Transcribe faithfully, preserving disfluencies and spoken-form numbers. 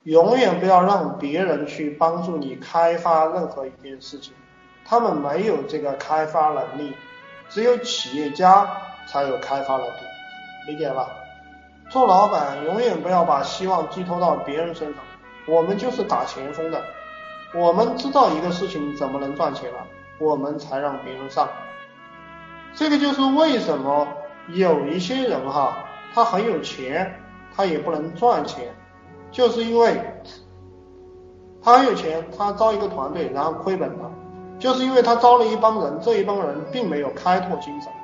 永远不要让别人去帮助你开发任何一件事情，他们没有这个开发能力，只有企业家才有开发能力，理解吧？做老板永远不要把希望寄托到别人身上，我们就是打前锋的，我们知道一个事情怎么能赚钱了，我们才让别人上。这个就是为什么有一些人哈，他很有钱，他也不能赚钱，就是因为他很有钱，他招一个团队然后亏本了，就是因为他招了一帮人，这一帮人并没有开拓精神。